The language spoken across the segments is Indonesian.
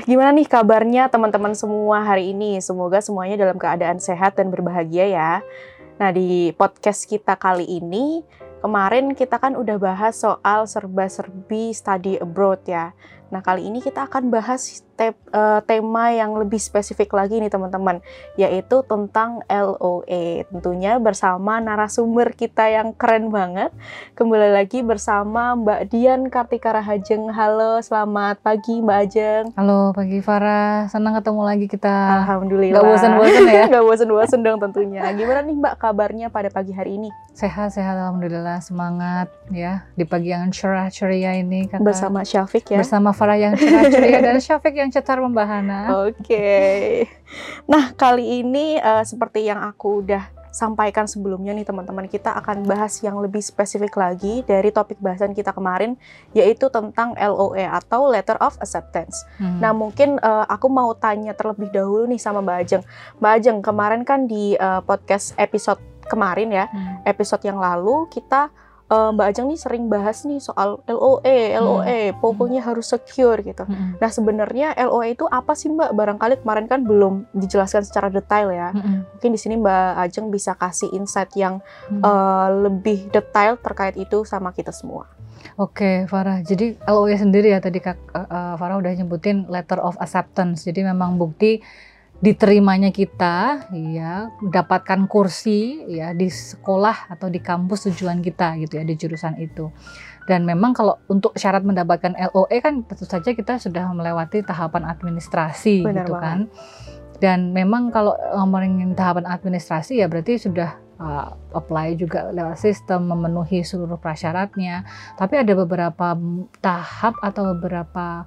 Gimana nih kabarnya teman-teman semua hari ini? Semoga semuanya dalam keadaan sehat dan berbahagia ya. Nah, di podcast kita kali ini, kemarin kita kan udah bahas soal serba-serbi study abroad ya. Nah, kali ini kita akan bahas tema yang lebih spesifik lagi nih teman-teman, yaitu tentang LOA. Tentunya bersama narasumber kita yang keren banget. Kembali lagi bersama Mbak Dian Kartika Rahajeng. Halo, selamat pagi Mbak Ajeng. Halo, pagi Farah. Senang ketemu lagi kita. Alhamdulillah. Gak bosan-bosan ya? Gak bosan-bosan dong tentunya. Gimana nih Mbak kabarnya pada pagi hari ini? Sehat-sehat, alhamdulillah. Semangat ya di pagi yang cerah ceria ini, Kakak. Bersama Syafiq ya. Bersama Farah yang cerah ceria dan Syafiq yang cetar membahana. Oke. Nah, kali ini seperti yang aku udah sampaikan sebelumnya nih teman-teman, kita akan bahas yang lebih spesifik lagi dari topik bahasan kita kemarin, yaitu tentang LOA atau Letter of Acceptance. Nah, mungkin aku mau tanya terlebih dahulu nih sama Mbak Ajeng. Mbak Ajeng, kemarin kan di podcast episode kemarin ya, episode yang lalu kita Mbak Ajeng nih sering bahas nih soal LOA, pokoknya harus secure gitu. Nah, sebenarnya LOA itu apa sih Mbak? Barangkali kemarin kan belum dijelaskan secara detail ya. Mungkin di sini Mbak Ajeng bisa kasih insight yang lebih detail terkait itu sama kita semua. Oke, Farah. Jadi LOA sendiri ya tadi Farah udah nyebutin letter of acceptance. Jadi memang bukti diterimanya kita ya, mendapatkan kursi ya di sekolah atau di kampus tujuan kita gitu ya, di jurusan itu. Dan memang kalau untuk syarat mendapatkan LOA kan tentu saja kita sudah melewati tahapan administrasi. Benar gitu banget. Kan. Dan memang kalau ngomongin tahapan administrasi ya berarti sudah apply juga lewat sistem, memenuhi seluruh prasyaratnya. Tapi ada beberapa tahap atau beberapa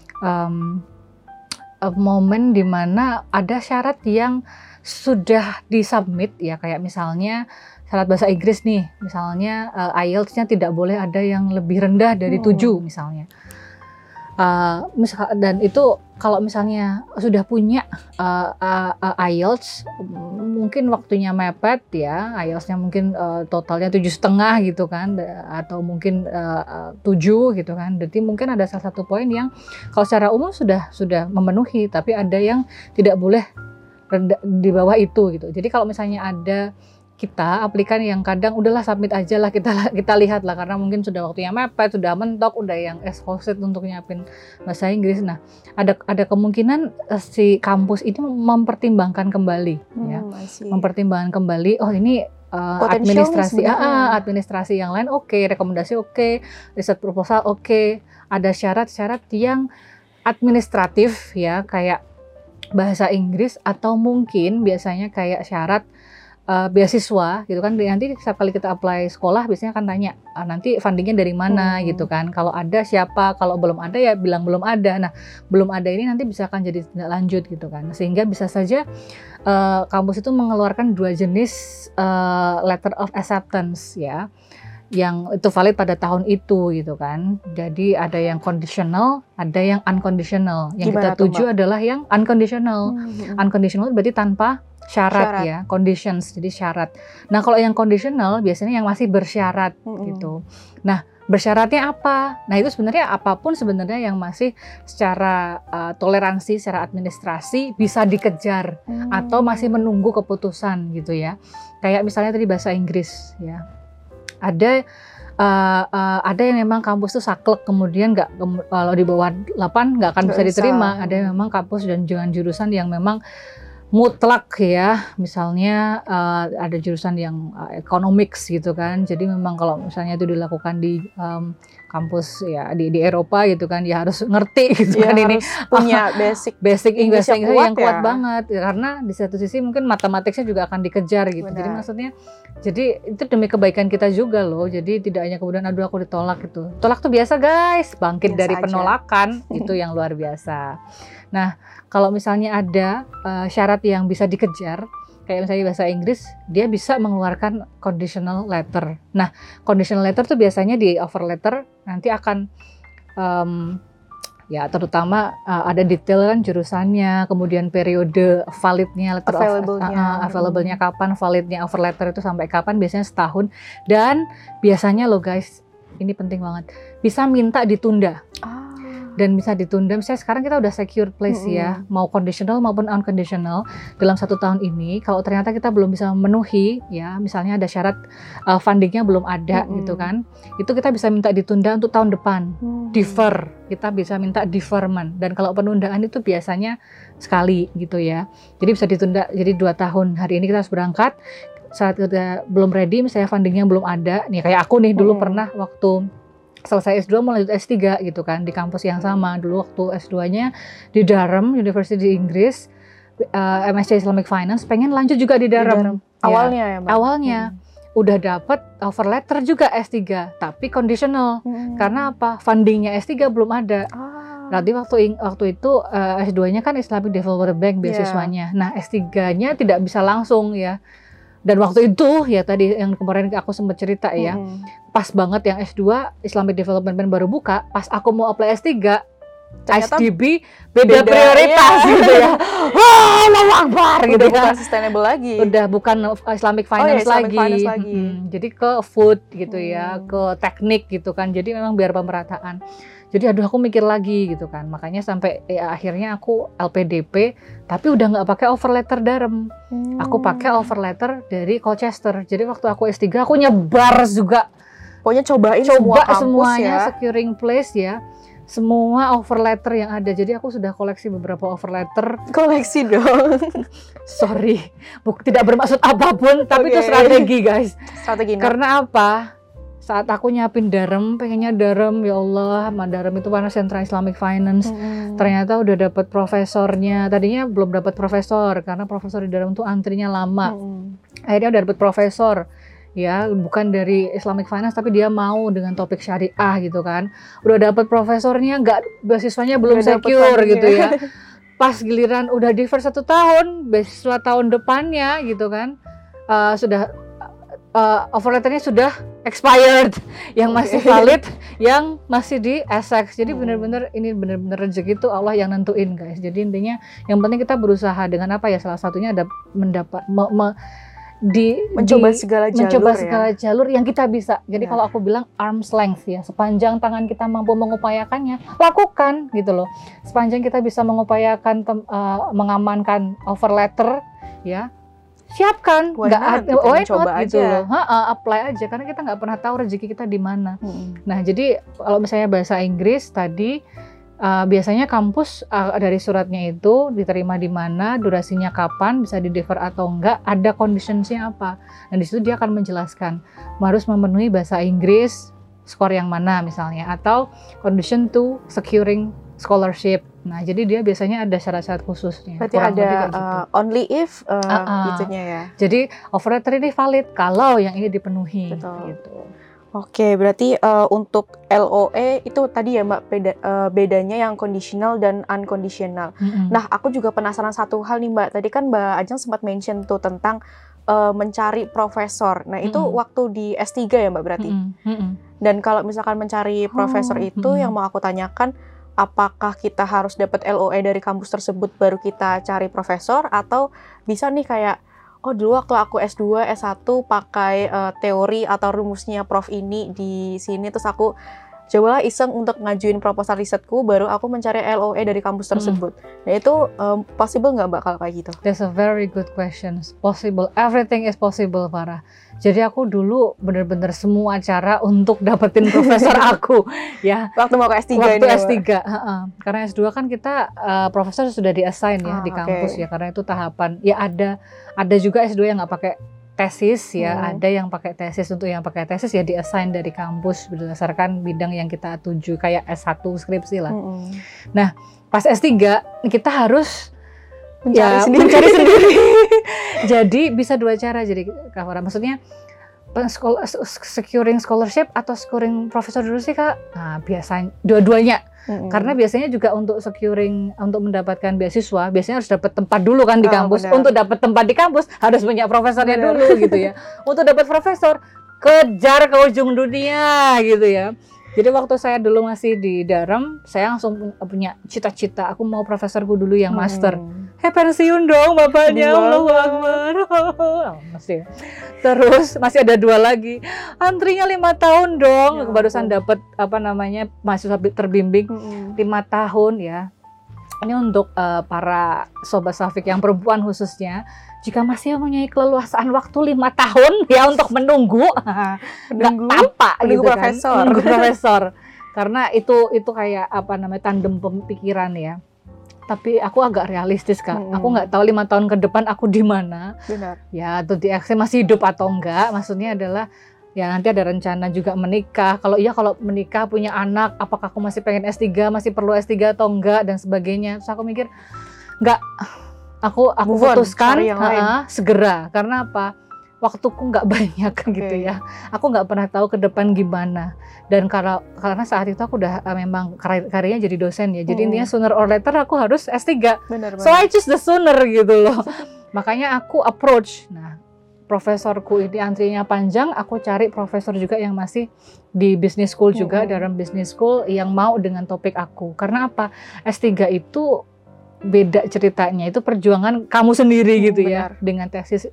momen di mana ada syarat yang sudah disubmit ya, kayak misalnya syarat bahasa Inggris nih, misalnya IELTS-nya tidak boleh ada yang lebih rendah dari 7 misalnya. Dan itu kalau misalnya sudah punya IELTS, mungkin waktunya mepet ya, IELTS-nya mungkin totalnya 7,5 gitu kan, atau mungkin 7 gitu kan. Jadi mungkin ada salah satu poin yang kalau secara umum sudah memenuhi, tapi ada yang tidak boleh di bawah itu gitu. Jadi kalau misalnya ada kita aplikan yang kadang udahlah submit aja lah, kita lihat lah, karena mungkin sudah waktunya mepet, sudah mentok, udah yang exhausted untuk nyiapin bahasa Inggris. Nah, ada kemungkinan si kampus ini mempertimbangkan kembali ya. Mempertimbangkan kembali, oh ini administrasi yang lain oke, rekomendasi oke, riset proposal oke, ada syarat-syarat yang administratif ya, kayak bahasa Inggris, atau mungkin biasanya kayak syarat beasiswa gitu kan. Nanti setiap kali kita apply sekolah biasanya akan tanya nanti fundingnya dari mana gitu kan, kalau ada siapa, kalau belum ada ya bilang belum ada. Nah, belum ada ini nanti bisa akan jadi tindak lanjut gitu kan, sehingga bisa saja kampus itu mengeluarkan 2 jenis letter of acceptance ya, yang itu valid pada tahun itu gitu kan. Jadi ada yang conditional, ada yang unconditional. Yang gimana kita tuju adalah yang unconditional. Unconditional berarti tanpa syarat ya, conditions, jadi syarat. Nah, kalau yang conditional biasanya yang masih bersyarat gitu. Nah, bersyaratnya apa? Nah, itu sebenarnya apapun sebenarnya yang masih secara toleransi, secara administrasi bisa dikejar atau masih menunggu keputusan gitu ya. Kayak misalnya tadi bahasa Inggris ya. Ada yang memang kampus tuh saklek, kemudian kalau di bawah 8 nggak akan bisa diterima. Ada yang memang kampus dan jurusan yang memang mutlak ya, misalnya ada jurusan yang economics gitu kan. Jadi memang kalau misalnya itu dilakukan di kampus ya di Eropa gitu kan, ya harus ngerti gitu ya, kan, ini punya basic English yang kuat banget ya. Karena di satu sisi mungkin matematiknya juga akan dikejar gitu. Benar. Jadi maksudnya itu demi kebaikan kita juga loh. Jadi tidak hanya kemudian aduh aku ditolak gitu. Tolak tuh biasa guys, bangkit biasa dari penolakan itu yang luar biasa. Nah, kalau misalnya ada syarat yang bisa dikejar, kayak misalnya bahasa Inggris, dia bisa mengeluarkan conditional letter. Nah, conditional letter tuh biasanya di offer letter nanti akan ya terutama ada detail kan jurusannya, kemudian periode validnya, letter available-nya kapan, validnya offer letter itu sampai kapan, biasanya setahun. Dan biasanya loh guys, ini penting banget, bisa minta ditunda. dan bisa ditunda. Misalnya sekarang kita udah secure place ya, mau conditional maupun unconditional dalam 1 tahun ini. Kalau ternyata kita belum bisa memenuhi ya, misalnya ada syarat fundingnya belum ada gitu kan, itu kita bisa minta ditunda untuk tahun depan. Defer, kita bisa minta deferment. Dan kalau penundaan itu biasanya sekali gitu ya. Jadi bisa ditunda jadi 2 tahun. Hari ini kita harus berangkat, saat kita belum ready, misalnya fundingnya belum ada. Nih kayak aku nih dulu pernah waktu selesai S2 mau lanjut S3 gitu kan di kampus yang sama. Dulu waktu S2-nya di Durham University di Inggris, MSc Islamic Finance, pengen lanjut juga di Durham. Awalnya ya Mbak? Awalnya. Udah dapat offer letter juga S3, tapi conditional. Karena apa? Fundingnya S3 belum ada. Berarti waktu itu S2-nya kan Islamic Development Bank beasiswanya. Nah, S3-nya tidak bisa langsung ya. Dan waktu itu ya tadi yang kemarin aku sempat cerita ya, pas banget yang S2 Islamic Development Bank baru buka, pas aku mau apply S3, ternyata ISDB beda prioritas gitu ya. Wah, Allahu Akbar gitu bukan kan. sustainable lagi. Udah bukan Islamic Finance Islamic lagi. Finance lagi. Jadi ke food gitu ya, ke teknik gitu kan. Jadi memang biar pemerataan. Jadi aduh aku mikir lagi gitu kan. Makanya sampai akhirnya aku LPDP tapi udah nggak pakai offer letter Durham. Aku pakai offer letter dari Colchester. Jadi waktu aku S3 aku nyebar juga. Pokoknya coba semua kampus semuanya ya. securing place ya. Semua offer letter yang ada. Jadi aku sudah koleksi beberapa offer letter. Koleksi dong. Sorry, tidak bermaksud apapun, tapi itu strategi guys. Strategi. Karena apa? Saat aku nyiapin Durham, pengennya Durham, ya Allah, Durham itu mana sentra Islamic Finance. Ternyata udah dapat profesornya. Tadinya belum dapat profesor karena profesor di Durham tuh antrinya lama. Akhirnya udah dapat profesor. Ya, bukan dari Islamic Finance tapi dia mau dengan topik syariah gitu kan. Udah dapat profesornya, nggak beasiswanya belum secure gitu ya. Pas giliran udah defer 1 tahun, beasiswa tahun depannya gitu kan, sudah offer letternya sudah expired, yang masih valid, yang masih di Essex. Jadi benar-benar ini benar-benar rezeki itu Allah yang nentuin guys. Jadi intinya yang penting kita berusaha dengan apa ya, salah satunya ada mencoba segala jalur yang kita bisa. Jadi kalau aku bilang arm's length ya, sepanjang tangan kita mampu mengupayakannya, lakukan gitu loh. Sepanjang kita bisa mengupayakan mengamankan offer letter ya, siapkan, nggak coba gitu aja. Loh. Apply aja karena kita nggak pernah tahu rezeki kita di mana. Nah jadi kalau misalnya bahasa Inggris tadi biasanya kampus dari suratnya itu diterima di mana, durasinya kapan, bisa di-defer atau enggak, ada conditionsnya apa. Dan di situ dia akan menjelaskan harus memenuhi bahasa Inggris, skor yang mana misalnya, atau condition to securing scholarship. Nah, jadi dia biasanya ada syarat-syarat khususnya. Berarti ada only if gitunya ya. Jadi offer letter ini valid kalau yang ini dipenuhi. Betul. Gitu. Oke, berarti untuk LOE itu tadi ya Mbak bedanya yang conditional dan unconditional. Nah, aku juga penasaran satu hal nih Mbak. Tadi kan Mbak Ajeng sempat mention tuh tentang mencari profesor. Nah, itu waktu di S3 ya Mbak berarti. Dan kalau misalkan mencari profesor itu yang mau aku tanyakan, apakah kita harus dapat LOE dari kampus tersebut baru kita cari profesor, atau bisa nih kayak dulu waktu aku S2, S1 pakai teori atau rumusnya Prof ini di sini, terus aku cobalah iseng untuk ngajuin proposal risetku, baru aku mencari LOE dari kampus tersebut. Nah itu possible nggak Mbak kalau kayak gitu? That's a very good question. Possible, everything is possible Farah. Jadi aku dulu bener-bener semua cara untuk dapetin profesor aku ya. Waktu mau ke S3 waktu ini S3, karena S2 kan kita profesor sudah di-assign ya di kampus ya, karena itu tahapan. Ya ada juga S2 yang nggak pakai tesis ya, ada yang pakai tesis. Untuk yang pakai tesis ya di-assign dari kampus berdasarkan bidang yang kita tuju, kayak S1 skripsi lah. Nah, pas S3 kita harus mencari sendiri. Jadi bisa 2 cara jadi Kak Farah. Maksudnya securing scholarship atau securing profesor dulu sih Kak? Nah, biasanya dua-duanya. Karena biasanya juga untuk securing, untuk mendapatkan beasiswa, biasanya harus dapat tempat dulu kan di kampus. Untuk dapat tempat di kampus harus punya profesornya dulu gitu ya. Untuk dapat profesor, kejar ke ujung dunia gitu ya. Jadi waktu saya dulu masih di Durham, saya langsung punya cita-cita, aku mau profesorku dulu yang master. pensiun dong bapaknya, Allahu Akbar. Masih. Terus masih ada 2 lagi, antrinya 5 tahun dong, Ya, barusan dapat mahasiswa terbimbing 5 tahun ya. Ini untuk para sobat Safik yang perempuan khususnya, jika masih mempunyai keleluasaan waktu 5 tahun ya untuk menunggu, nggak apa gitu profesor. kan, menunggu profesor. Karena itu kayak tandem pemikiran ya. Tapi aku agak realistis Kak. Aku nggak tahu 5 tahun ke depan aku di mana. Benar. Ya, atau di XC masih hidup atau enggak. Maksudnya adalah ya nanti ada rencana juga menikah. Kalau menikah punya anak, apakah aku masih pengen S3, masih perlu S3 atau enggak dan sebagainya. Terus aku mikir enggak. Aku putuskan segera. Karena apa? Waktuku nggak banyak gitu ya. Aku nggak pernah tahu ke depan gimana. Dan karena saat itu aku udah memang karirnya jadi dosen ya. Jadi intinya sooner or later aku harus S3. Benar. So I choose the sooner gitu loh. Makanya aku approach. Nah, profesorku ini antrinya panjang. Aku cari profesor juga yang masih di business school juga, dalam business school yang mau dengan topik aku. Karena apa? S3 itu beda ceritanya, itu perjuangan kamu sendiri gitu ya, dengan tesis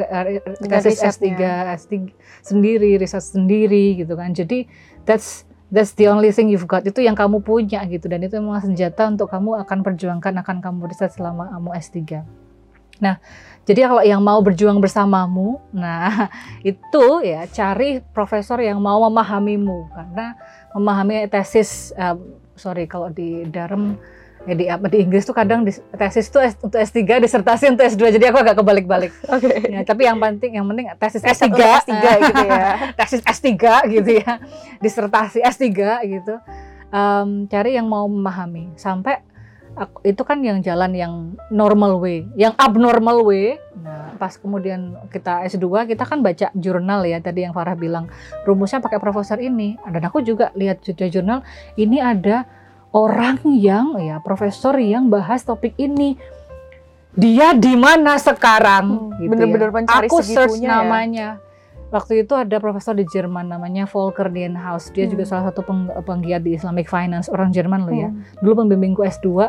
S3 sendiri, riset sendiri gitu kan. Jadi that's the only thing you've got, itu yang kamu punya gitu, dan itu memang senjata untuk kamu akan perjuangkan, akan kamu riset selama kamu S3. Nah, jadi kalau yang mau berjuang bersamamu, nah itu ya cari profesor yang mau memahamimu, karena memahami tesis, kalau di Durham ya di Inggris tuh kadang tesis itu untuk S3, disertasi untuk S2, jadi aku agak kebalik-balik. Ya, tapi yang penting tesis S3 gitu ya. Tesis S3 gitu ya. Disertasi S3 gitu. Cari yang mau memahami. Sampai itu kan yang jalan yang normal way, yang abnormal way. Nah, pas kemudian kita S2, kita kan baca jurnal ya, tadi yang Farah bilang rumusnya pakai profesor ini. Dan aku juga lihat jurnal, ini ada orang yang profesor yang bahas topik ini, dia di mana sekarang? Gitu bener-bener mencari aku search segitunya namanya. Waktu itu ada profesor di Jerman namanya Volker Dienhaus. Dia juga salah satu penggiat di Islamic Finance, orang Jerman loh ya. Dulu pembimbingku S2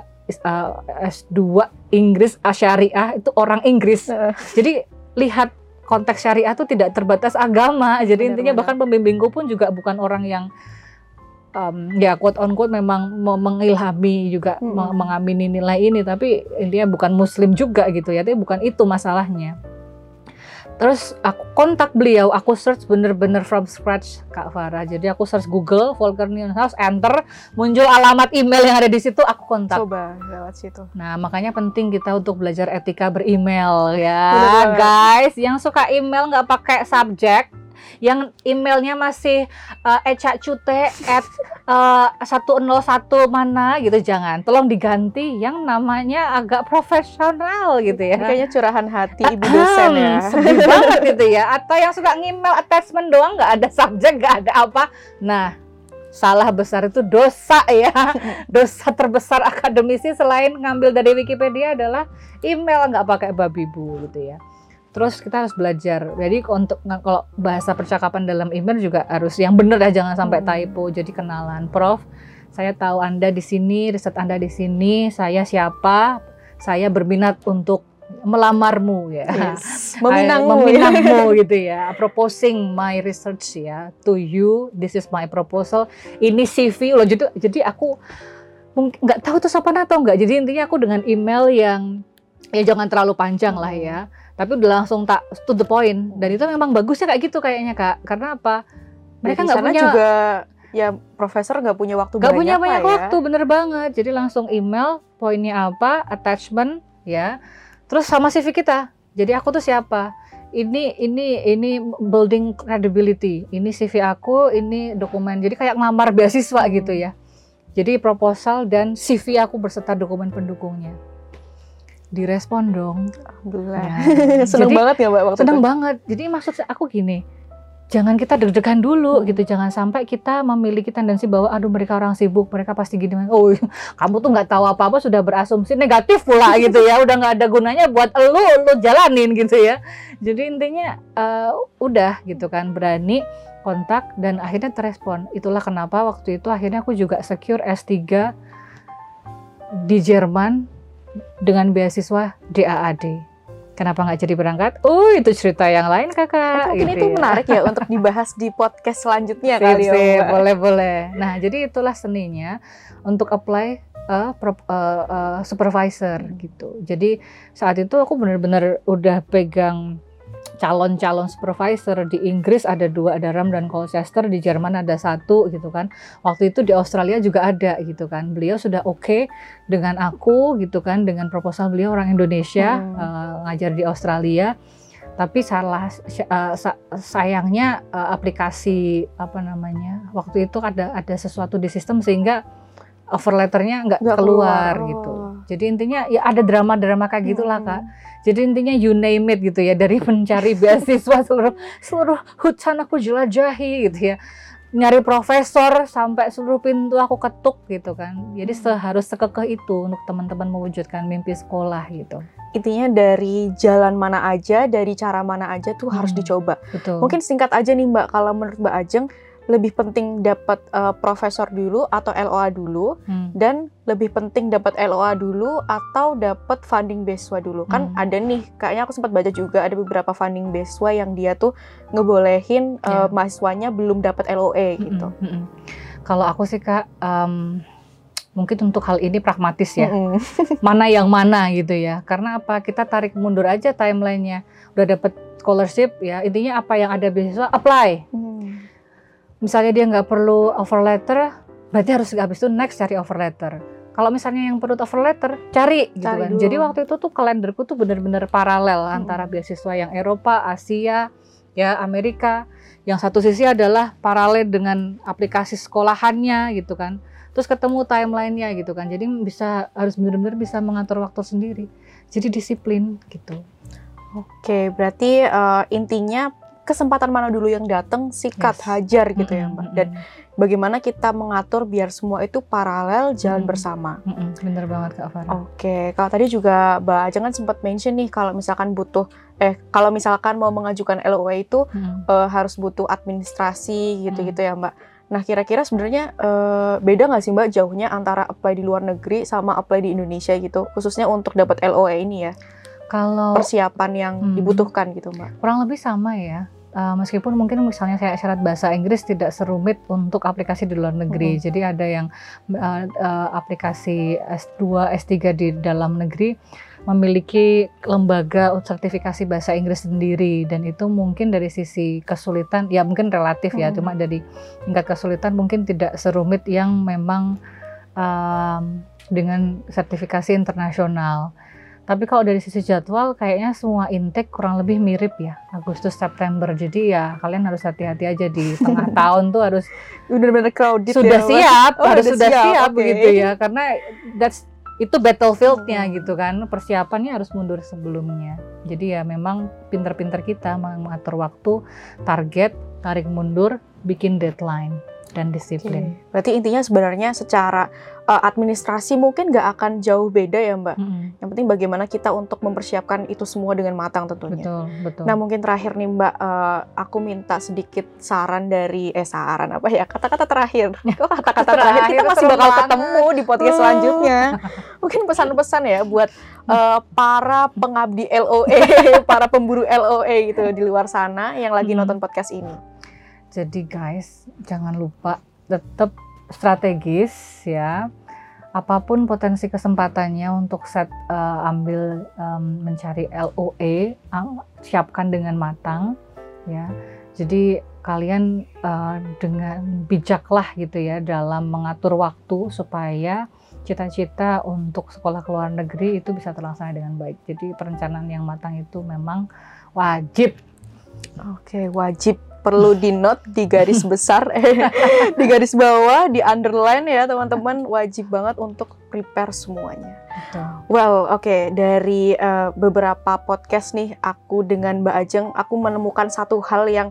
Inggris Syariah, itu orang Inggris. Jadi lihat konteks syariah itu tidak terbatas agama. Jadi intinya bahkan pembimbingku pun juga bukan orang yang quote on quote memang mengilhami juga, mengamini nilai ini, tapi intinya bukan muslim juga gitu ya, tapi bukan itu masalahnya. Terus aku kontak beliau, aku search bener-bener from scratch Kak Farah. Jadi aku search Google Volker Dienhaus, enter, muncul alamat email yang ada di situ, aku kontak. Coba lewat situ. Nah, makanya penting kita untuk belajar etika beremail ya, guys. Yang suka email nggak pakai subjek, yang emailnya masih ecacute@101 mana gitu, jangan, tolong diganti yang namanya agak profesional gitu ya. Ini kayaknya curahan hati ibu dosen ya. Sedih banget gitu ya. Atau yang suka ngemail attachment doang, nggak ada subjek, nggak ada apa. Nah, salah besar itu dosa ya. Dosa terbesar akademisi selain ngambil dari Wikipedia adalah email nggak pakai babi bu gitu ya. Terus kita harus belajar. Jadi untuk kalau bahasa percakapan dalam email juga harus yang benar ya, jangan sampai typo. Jadi kenalan, Prof, saya tahu Anda di sini, riset Anda di sini, saya siapa, saya berminat untuk melamarmu ya. Yes. Meminangmu gitu ya. Proposing my research ya to you. This is my proposal. Ini CV loh. Jadi aku nggak tahu itu sopan atau enggak. Jadi intinya aku dengan email yang ya jangan terlalu panjang lah ya. Tapi udah langsung to the point, dan itu memang bagusnya kayak gitu kayaknya Kak. Karena apa? Mereka nggak punya juga ya, profesor nggak punya waktu banyak. Nggak punya banyak waktu, bener banget. Jadi langsung email, poinnya apa, attachment ya. Terus sama CV kita. Jadi aku tuh siapa? Ini building credibility. Ini CV aku, ini dokumen. Jadi kayak ngelamar beasiswa gitu ya. Jadi proposal dan CV aku berserta dokumen pendukungnya. Direspon dong. Alhamdulillah. Ya. Seneng banget ya Mbak waktu seneng itu? Banget. Jadi maksud aku gini, jangan kita deg-degan dulu gitu. Jangan sampai kita memiliki tendensi bahwa aduh mereka orang sibuk, mereka pasti gini. Oh, kamu tuh nggak tahu apa-apa sudah berasumsi negatif pula gitu ya. Udah nggak ada gunanya buat lu jalanin gitu ya. Jadi intinya udah gitu kan, berani kontak dan akhirnya terespon. Itulah kenapa waktu itu akhirnya aku juga secure S3 di Jerman. dengan beasiswa DAAD. Kenapa nggak jadi berangkat? Itu cerita yang lain kakak. Mungkin gitu itu ya. menarik ya untuk dibahas di podcast selanjutnya kali ya. Mbak. Boleh. Nah, jadi itulah seninya untuk apply supervisor gitu. Jadi saat itu aku benar-benar udah pegang calon-calon supervisor. Di Inggris ada 2, ada Ram dan Colchester, di Jerman ada 1 gitu kan. Waktu itu di Australia juga ada gitu kan. Beliau sudah oke dengan aku gitu kan, dengan proposal beliau orang Indonesia ngajar di Australia. Tapi sayangnya aplikasi waktu itu ada sesuatu di sistem sehingga offer letternya nggak keluar gitu. Jadi intinya ya ada drama-drama kayak gitulah Kak. Jadi intinya you name it gitu ya, dari mencari beasiswa seluruh hutan aku jelajahi gitu ya, nyari profesor sampai seluruh pintu aku ketuk gitu kan. Jadi harus sekekeh itu untuk teman-teman mewujudkan mimpi sekolah gitu. Intinya dari jalan mana aja, dari cara mana aja tuh harus dicoba. Betul. Mungkin singkat aja nih Mbak, kalau menurut Mbak Ajeng lebih penting dapat profesor dulu atau LOA dulu, dan lebih penting dapat LOA dulu atau dapat funding beasiswa dulu. Kan ada nih, kayaknya aku sempat baca juga ada beberapa funding beasiswa yang dia tuh ngebolehin mahasiswanya belum dapat LOE gitu. Kalau aku sih Kak, mungkin untuk hal ini pragmatis ya. Mana yang mana gitu ya. Karena apa? Kita tarik mundur aja timelinenya. Udah dapat scholarship ya. Intinya apa yang ada beasiswa apply. Misalnya dia nggak perlu offer letter, berarti harus habis itu next cari offer letter. Kalau misalnya yang perlu offer letter, cari gitu kan. Dulu. Jadi waktu itu tuh kalenderku tuh benar-benar paralel antara beasiswa yang Eropa, Asia, ya Amerika. Yang satu sisi adalah paralel dengan aplikasi sekolahannya gitu kan. Terus ketemu timelinenya gitu kan. Jadi harus benar-benar bisa mengatur waktu sendiri. Jadi disiplin gitu. Oke, berarti intinya kesempatan mana dulu yang datang, sikat, hajar gitu ya Mbak. Dan bagaimana kita mengatur biar semua itu paralel jalan bersama. Bener banget Kak Farah. Oke, kalau tadi juga Mbak Ajeng kan sempat mention nih kalau misalkan kalau misalkan mau mengajukan LOE itu harus butuh administrasi gitu-gitu ya Mbak. Nah kira-kira sebenarnya beda nggak sih Mbak jauhnya antara apply di luar negeri sama apply di Indonesia gitu, khususnya untuk dapat LOE ini ya? Kalau persiapan yang dibutuhkan gitu Mbak. Kurang lebih sama ya. Meskipun mungkin misalnya saya syarat bahasa Inggris tidak serumit untuk aplikasi di luar negeri. Jadi ada yang aplikasi S2, S3 di dalam negeri memiliki lembaga sertifikasi bahasa Inggris sendiri, dan itu mungkin dari sisi kesulitan ya mungkin relatif ya, cuma dari tingkat kesulitan mungkin tidak serumit yang memang dengan sertifikasi internasional. Tapi kalau dari sisi jadwal kayaknya semua intake kurang lebih mirip ya, Agustus September. Jadi ya kalian harus hati-hati aja di tengah tahun tuh harus benar-benar crowded sudah ya, siap, harus sudah siap okay. begitu ya, karena itu battlefield-nya gitu kan, persiapannya harus mundur sebelumnya. Jadi ya memang pinter-pinter kita mengatur waktu, target, tarik mundur, bikin deadline dan disiplin. Berarti intinya sebenarnya secara administrasi mungkin nggak akan jauh beda ya Mbak. Yang penting bagaimana kita untuk mempersiapkan itu semua dengan matang tentunya. Betul. Nah mungkin terakhir nih Mbak, aku minta sedikit saran dari saran apa ya, kata-kata terakhir. Kok kata-kata terakhir kita masih bakal ketemu di podcast selanjutnya. Mungkin pesan-pesan ya buat para pengabdi LOE, para pemburu LOE gitu di luar sana yang lagi nonton podcast ini. Jadi guys, jangan lupa tetap strategis ya. Apapun potensi kesempatannya untuk ambil mencari LOE, siapkan dengan matang ya. Jadi kalian dengan bijaklah gitu ya dalam mengatur waktu supaya cita-cita untuk sekolah ke luar negeri itu bisa terlaksana dengan baik. Jadi perencanaan yang matang itu memang wajib. Oke, wajib. Perlu di note, di garis besar, di garis bawah, di underline ya teman-teman, wajib banget untuk prepare semuanya. Betul. Well, oke, dari beberapa podcast nih, aku dengan Mbak Ajeng, aku menemukan satu hal yang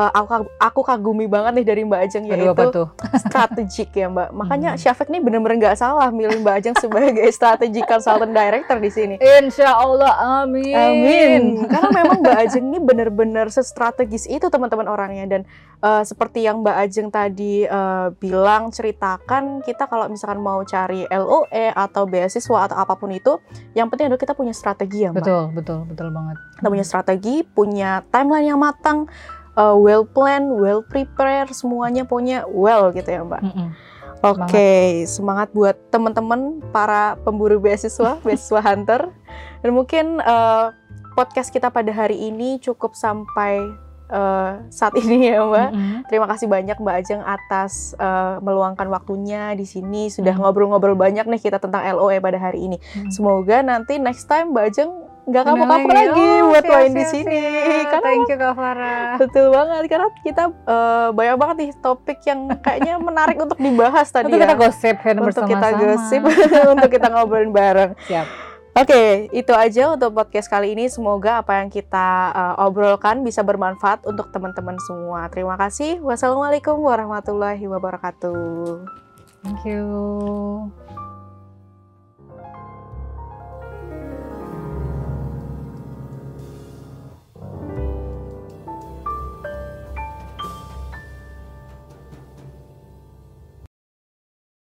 aku kagumi banget nih dari Mbak Ajeng, yaitu strategik ya Mbak. Makanya Syafiq nih bener-bener nggak salah milih Mbak Ajeng sebagai strategic consultant director di sini. Insya Allah, amin. Amin. Karena memang Mbak Ajeng ini bener-bener sestrategis itu teman-teman orangnya, dan seperti yang Mbak Ajeng tadi bilang, ceritakan kita kalau misalkan mau cari LOE atau beasiswa atau apapun itu, yang penting adalah kita punya strategi ya Mbak. Betul banget. Kita punya strategi, punya timeline yang matang, well planned, well prepared, semuanya punya well gitu ya Mbak. Oke, semangat buat teman-teman para pemburu beasiswa hunter. Dan mungkin podcast kita pada hari ini cukup sampai saat ini ya Mbak. Terima kasih banyak Mbak Ajeng atas meluangkan waktunya di sini. Sudah ngobrol-ngobrol banyak nih kita tentang LOE pada hari ini. Semoga nanti next time Mbak Ajeng nggak kapok-kapok lagi buat main di sini. Karena thank you Kak Farah. Betul banget, karena kita banyak banget nih topik yang kayaknya menarik untuk dibahas tadi untuk ya. Kita gosip untuk kita gosip, untuk kita ngobrolin bareng. Siap. Oke, itu aja untuk podcast kali ini. Semoga apa yang kita obrolkan bisa bermanfaat untuk teman-teman semua. Terima kasih. Wassalamualaikum warahmatullahi wabarakatuh. Thank you.